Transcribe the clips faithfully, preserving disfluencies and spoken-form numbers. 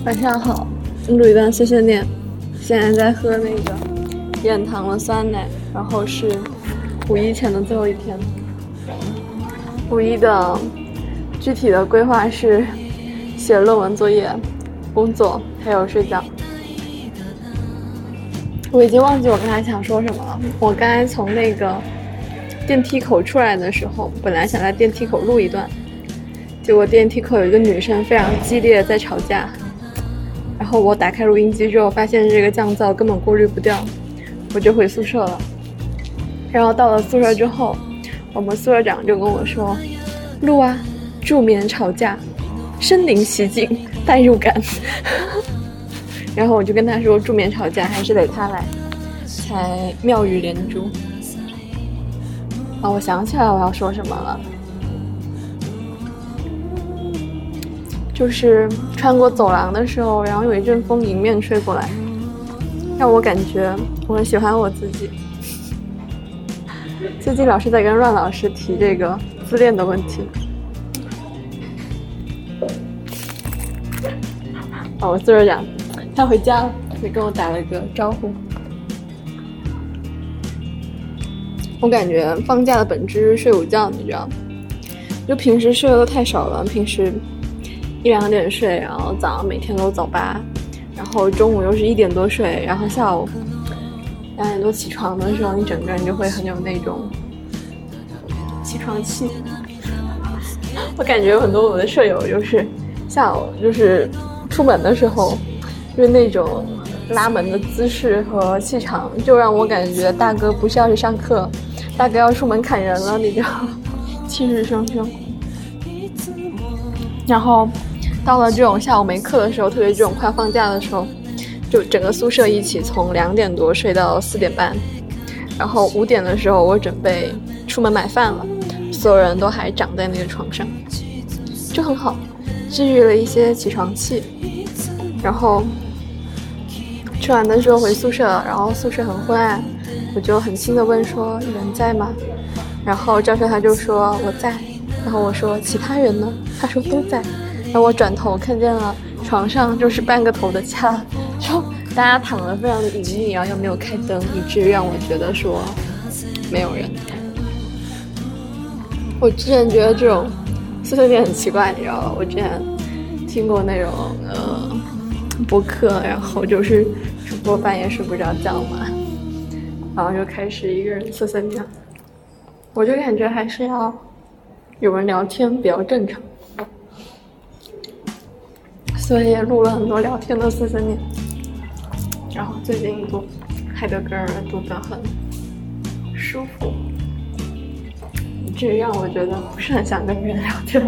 晚上好，录一段碎碎念。现在在喝那个燕塘的酸奶，然后是五一前的最后一天。五一的具体的规划是写论文作业、工作还有睡觉。我已经忘记我刚才想说什么了。我刚才从那个电梯口出来的时候，本来想在电梯口录一段，结果电梯口有一个女生非常激烈在吵架，然后我打开录音机之后发现这个降噪根本过滤不掉，我就回宿舍了。然后到了宿舍之后，我们宿舍长就跟我说，录啊，助眠吵架，身临其境，代入感。然后我就跟他说，助眠吵架还是得他来，才妙语连珠。啊，我想起来我要说什么了，就是穿过走廊的时候，然后有一阵风迎面吹过来，让我感觉我很喜欢我自己。最近老是在跟乱老师提这个自恋的问题。哦，我宿舍长他回家了，也跟我打了个招呼。我感觉放假的本质是睡午觉，你知道，就平时睡的都太少了，平时一两点睡，然后早上每天都早八，然后中午又是一点多睡，然后下午两点多起床的时候，你整个人就会很有那种起床气。我感觉很多我的舍友就是下午就是出门的时候，就是那种拉门的姿势和气场，就让我感觉大哥不是要去上课，大哥要出门砍人了，你知道，气势汹汹。然后到了这种下午没课的时候，特别这种快放假的时候，就整个宿舍一起从两点多睡到四点半，然后五点的时候我准备出门买饭了，所有人都还长在那个床上，就很好，治愈了一些起床气。然后吃完的时候回宿舍，然后宿舍很昏暗，我就很轻的问说人在吗？然后教授他就说我在，然后我说其他人呢？他说都在。然后我转头看见了床上就是半个头的家，就大家躺得非常的隐秘，然后又没有开灯，以至于让我觉得说没有人。我之前觉得这种碎碎念很奇怪，你知道吧？我之前听过那种呃播客，然后就是主播半夜睡不着觉嘛，然后就开始一个人碎碎念。我就感觉还是要有人聊天比较正常，所以也录了很多聊天的碎碎念。然后最近读海德格尔读得很舒服，以至于让我觉得不是很想跟人聊天。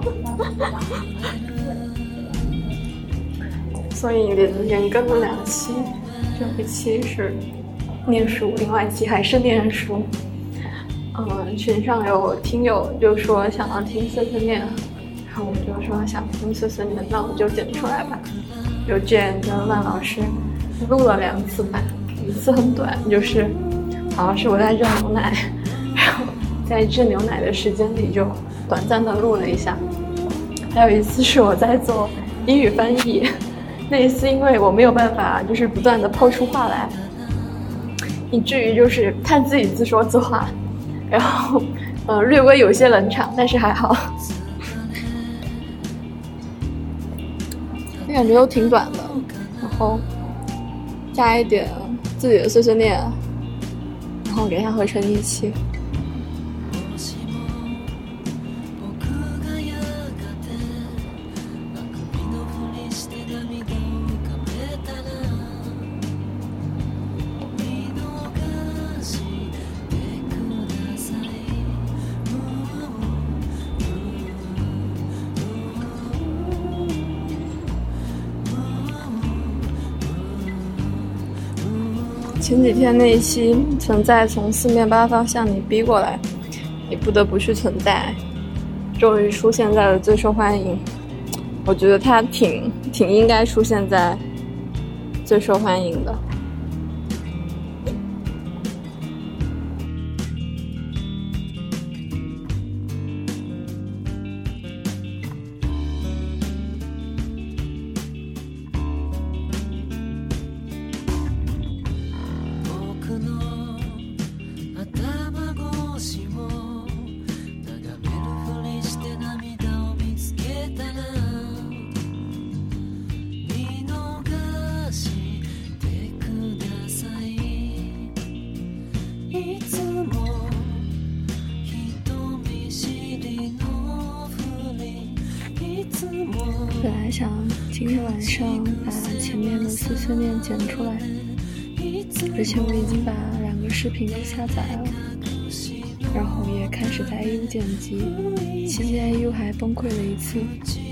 所以连连更了两期，这一期是念书，另外一期还是念书。嗯，群上有听友就说想要听碎碎念，然后我就说想听碎碎念，那我就剪出来吧。就这样跟万老师录了两次吧，一次很短，就是好像是我在热牛奶，然后在热牛奶的时间里就短暂的录了一下。还有一次是我在做英语翻译，那一次因为我没有办法就是不断的抛出话来，以至于就是看自己自说自话，然后呃略微有些冷场，但是还好，感觉都挺短的，然后加一点自己的碎碎念，然后给它合成一期。前几天那一期存在从四面八方向你逼过来，你不得不去存在，终于出现在了最受欢迎。我觉得它挺挺应该出现在最受欢迎的。 本来想今天晚上把前面的碎碎念剪出来，而且我已经把两个视频都下载了，然后也开始在 A U 剪辑，期间 A U 还崩溃了一次，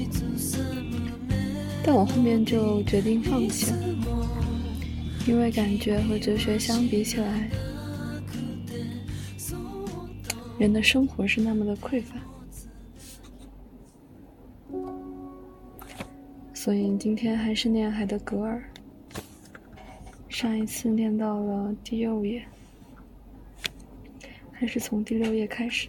但我后面就决定放弃了，因为感觉和哲学相比起来，人的生活是那么的匮乏。所以今天还是念海德格尔，上一次念到了第六页，还是从第六页开始。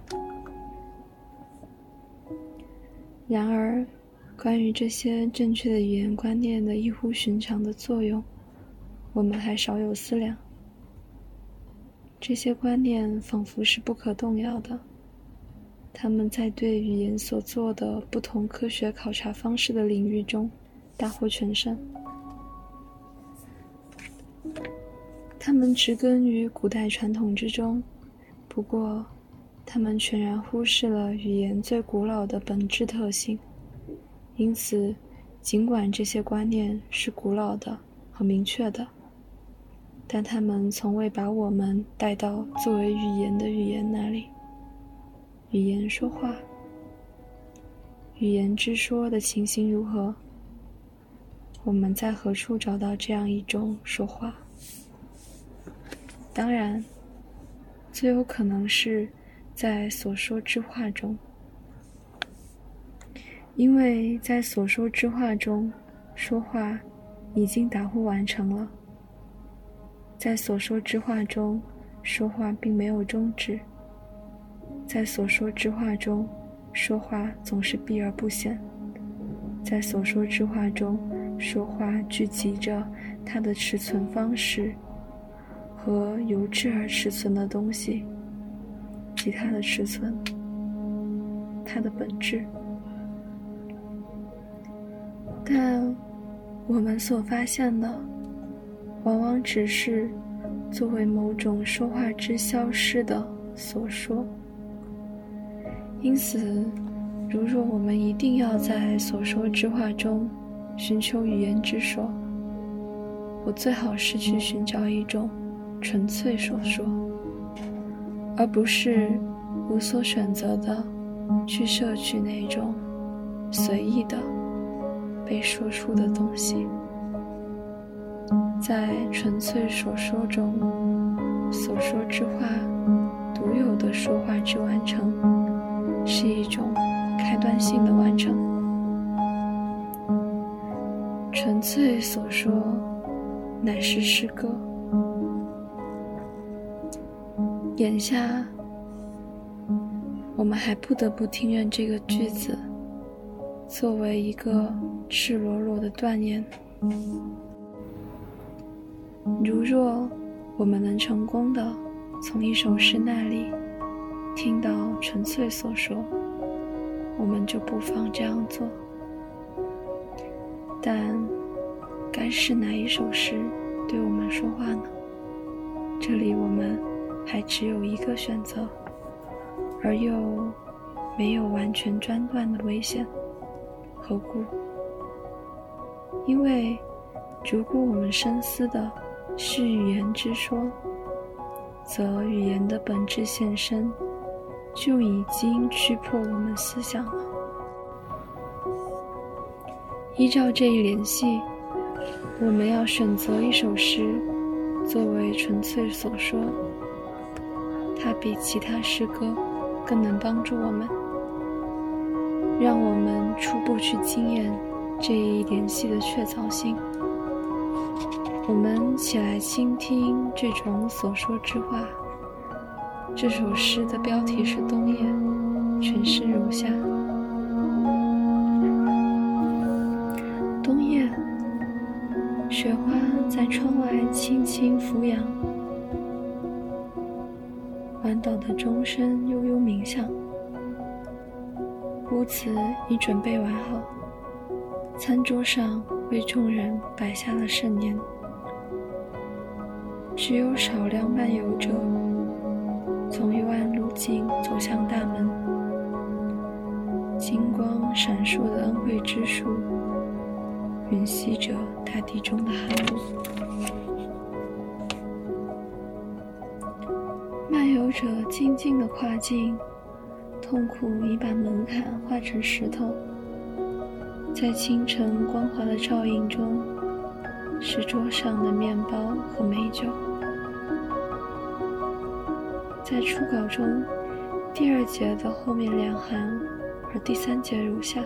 然而，关于这些正确的语言观念的异乎寻常的作用，我们还少有思量。这些观念仿佛是不可动摇的，他们在对语言所做的不同科学考察方式的领域中大获全胜。他们植根于古代传统之中，不过他们全然忽视了语言最古老的本质特性。因此，尽管这些观念是古老的和明确的，但他们从未把我们带到作为语言的语言那里。语言说话，语言之说的情形如何？我们在何处找到这样一种说话？当然，最有可能是在所说之话中，因为在所说之话中，说话已经打呼完成了。在所说之话中，说话并没有终止。在所说之话中，说话总是避而不显。在所说之话中，说话聚集着它的持存方式和由之而持存的东西，即它的持存，它的本质。但我们所发现的，往往只是作为某种说话之消失的所说。因此，如若我们一定要在所说之话中寻求语言之说，我最好是去寻找一种纯粹所说，而不是无所选择的去摄取那种随意的被说出的东西。在纯粹所说中，所说之话独有的说话之完成，是一种开端性的完成。纯粹所说乃是诗歌。眼下我们还不得不听任这个句子作为一个赤裸裸的断言。如若我们能成功地从一首诗那里听到纯粹所说，我们就不妨这样做。但该是哪一首诗对我们说话呢？这里我们还只有一个选择，而又没有完全专断的危险。何故？因为如果我们深思的是语言之说，则语言的本质现身就已经驱迫我们思想了。依照这一联系，我们要选择一首诗作为纯粹所说，它比其他诗歌更能帮助我们，让我们初步去经验这一联系的确凿性。我们起来倾听这种所说之话。这首诗的标题是《冬夜》，全诗如下：冬夜，雪花在窗外轻轻俯仰，晚岛的钟声悠悠鸣响。屋子已准备完好，餐桌上为众人摆下了盛宴。只有少量漫游者从幽暗路径走向大门， 金光闪烁的恩惠之树，吮吸着大地中的寒露。漫游者静静地跨境，痛苦已把门槛化成石头，在清晨光滑的照映中，是桌上的面包和美酒。在初稿中，第二节的后面两行，而第三节如下：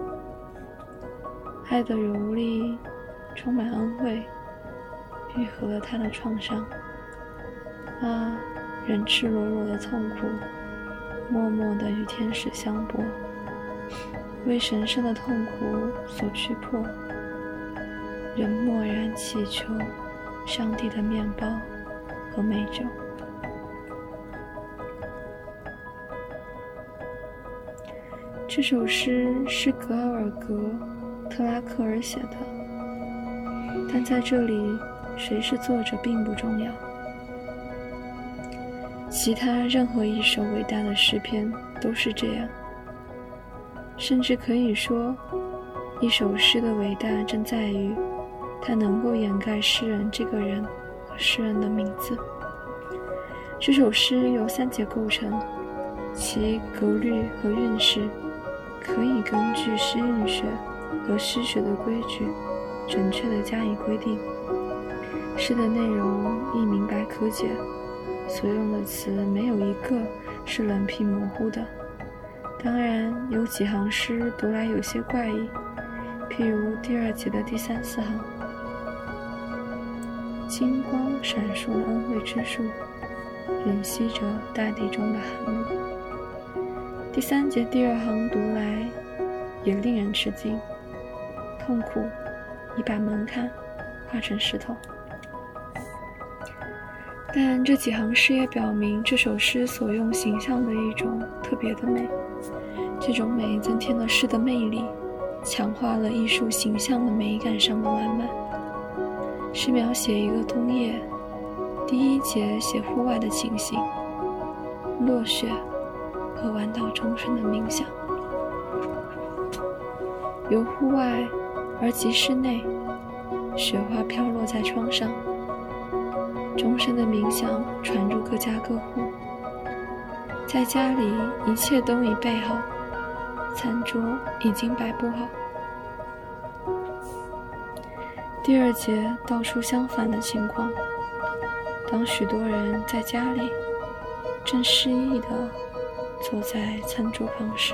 爱的柔丽充满恩惠，愈合了他的创伤。啊，人赤裸裸的痛苦，默默地与天使相搏，为神圣的痛苦所驱迫。人默然祈求上帝的面包和美酒。这首诗是格奥尔格·特拉克尔写的，但在这里谁是作者并不重要。其他任何一首伟大的诗篇都是这样，甚至可以说，一首诗的伟大正在于它能够掩盖诗人这个人和诗人的名字。这首诗由三节构成，其格律和韵式可以根据诗韵学和诗学的规矩准确地加以规定。诗的内容亦明白可解，所用的词没有一个是冷僻模糊的。当然，有几行诗读来有些怪异，譬如第二节的第三四行：金光闪烁的恩惠之树，吮吸着大地中的寒露。第三节第二行读来也令人吃惊，痛苦已把门槛化成石头。但这几行诗也表明这首诗所用形象的一种特别的美，这种美增添了诗的魅力，强化了艺术形象的美感上的完满。是描写一个冬夜，第一节写户外的情形，落雪和晚岛钟声的冥想。由户外而及室内，雪花飘落在窗上，钟声的冥想传入各家各户。在家里一切都已备好，餐桌已经摆布好。第二节道出相反的情况，当许多人在家里正失意地坐在餐桌旁时，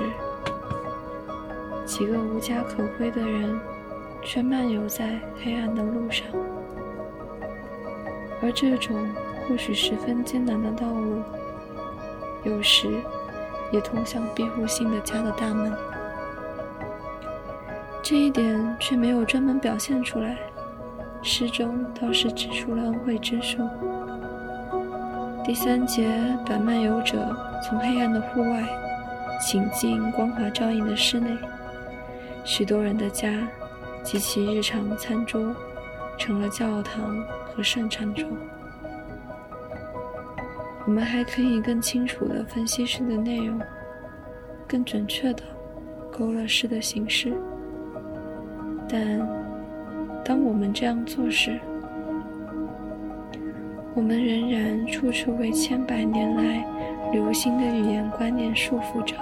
几个无家可归的人却漫游在黑暗的路上。而这种或许十分艰难的道路，有时也通向庇护性的家的大门。这一点却没有专门表现出来，诗中倒是指出了恩惠之树。第三节把漫游者从黑暗的户外请进光滑照映的室内，许多人的家及其日常餐桌成了教堂和圣餐桌。我们还可以更清楚地分析诗的内容，更准确地勾勒诗的形式。但当我们这样做时，我们仍然处处为千百年来流行的语言观念束缚着。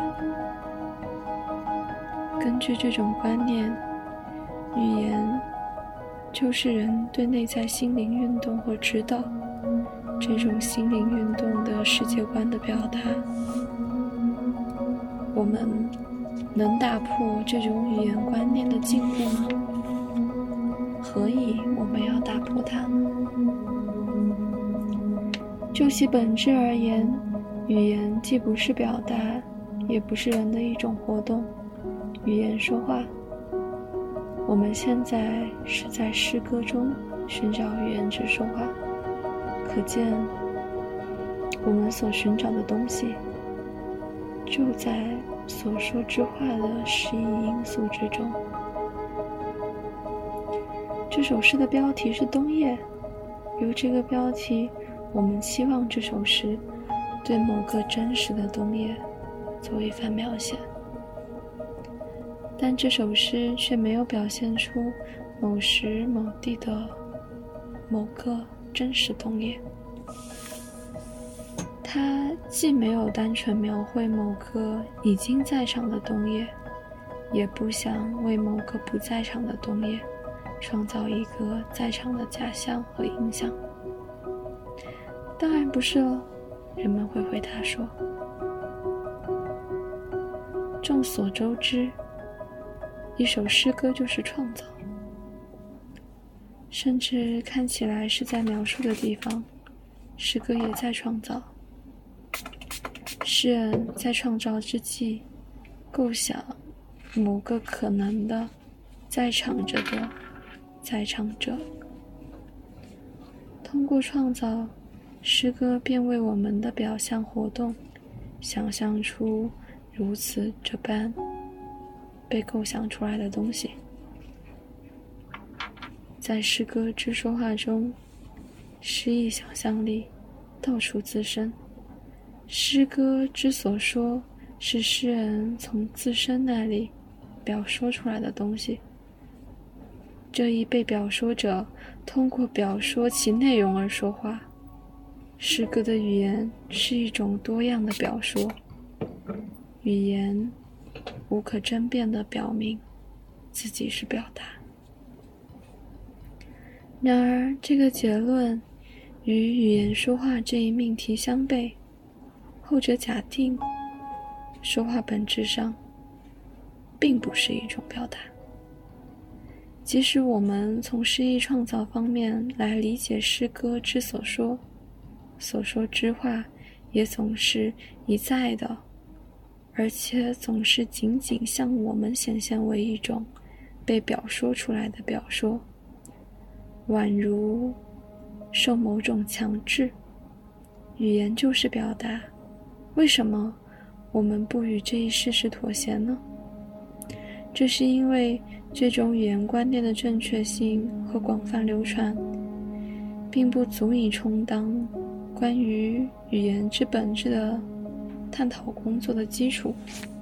根据这种观念，语言就是人对内在心灵运动和指导这种心灵运动的世界观的表达。我们能打破这种语言观念的禁锢吗？何以我们要打破它呢？就其本质而言，语言既不是表达，也不是人的一种活动。语言说话，我们现在是在诗歌中寻找语言之说话，可见我们所寻找的东西就在所说之话的诗意因素之中。这首诗的标题是冬夜，由这个标题我们期望这首诗对某个真实的冬夜做一番描写。 但这首诗却没有表现出某时某地的某个真实东野。它既没有单纯描绘某个已经在场的东野，也不想为某个不在场的东野创造一个在场的假象和影响。当然不是了，人们会回答说。众所周知，一首诗歌就是创造，甚至看起来是在描述的地方，诗歌也在创造。诗人在创造之际，构想某个可能的在场着的在场者。通过创造，诗歌便为我们的表象活动想象出如此这般被构想出来的东西。在诗歌之说话中，诗意想象力到处滋生。诗歌之所说，是诗人从自身那里表说出来的东西。这一被表说者通过表说其内容而说话。诗歌的语言是一种多样的表说，语言无可争辩地表明自己是表达。然而，这个结论与语言说话这一命题相悖。后者假定说话本质上并不是一种表达。即使我们从诗意创造方面来理解诗歌之所说，所说之话也总是一再的，而且总是仅仅向我们显现为一种被表说出来的表说，宛如受某种强制。语言就是表达，为什么我们不与这一事实妥协呢？这是因为这种语言观念的正确性和广泛流传，并不足以充当关于语言之本质的探讨工作的基础。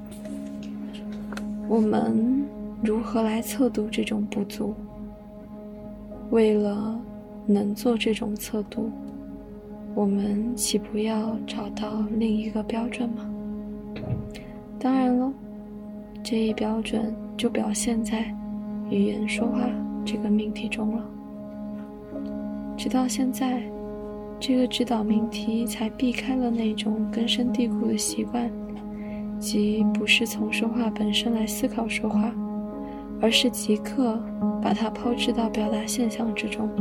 我们如何来测度这种不足？为了能做这种测度，我们岂不要找到另一个标准吗？当然了，这一标准就表现在语言说话这个命题中了。直到现在，这个指导命题才避开了那种根深蒂固的习惯，即不是从说话本身来思考说话，而是即刻把它抛掷到表达现象之中。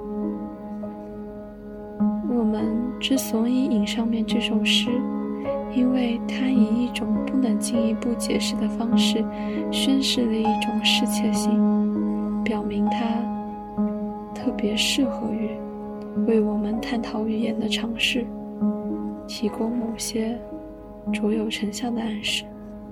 我们之所以引上面这首诗，因为它以一种不能进一步解释的方式宣示了一种适切性，表明它特别适合于为我们探讨语言的尝试提供某些卓有成效的暗示。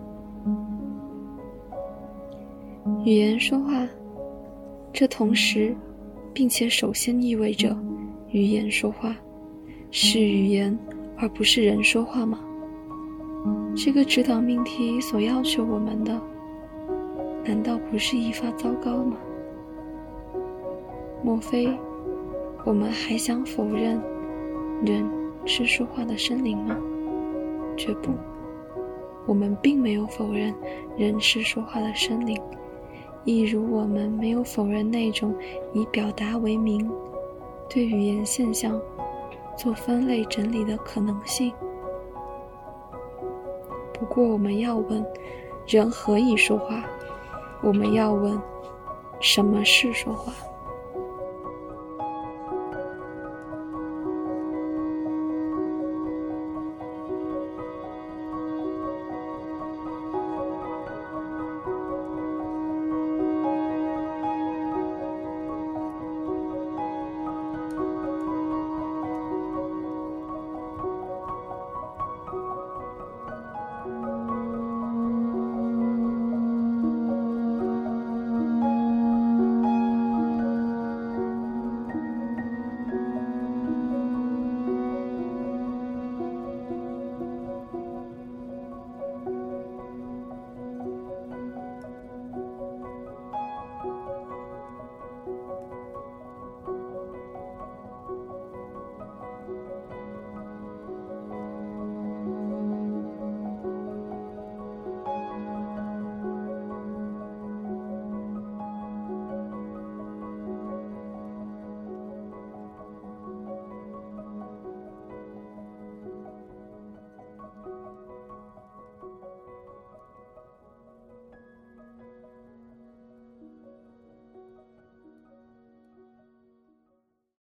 语言说话，这同时并且首先意味着语言说话是语言而不是人说话吗？这个指导命题所要求我们的，难道不是一发糟糕吗？莫非我们还想否认人是说话的生灵吗？绝不，我们并没有否认人是说话的生灵，亦如我们没有否认那种以表达为名对语言现象做分类整理的可能性。不过我们要问，人何以说话？我们要问，什么是说话？